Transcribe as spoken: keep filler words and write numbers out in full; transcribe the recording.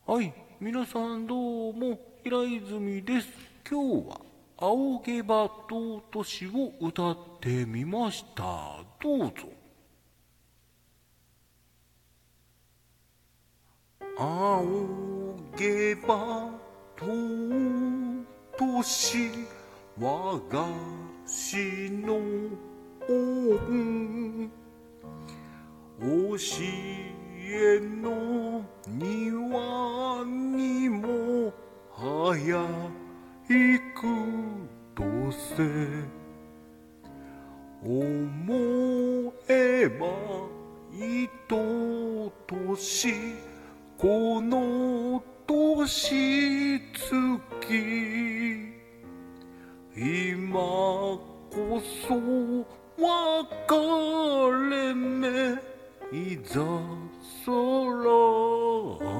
はい、皆さんどうも、平泉です。今日は、仰げば尊しを歌ってみました。どうぞ。仰げば尊し、我が師の恩。教えの庭にも早いくとせ、思えばいととしこの年月、今こそ別れ目いざ空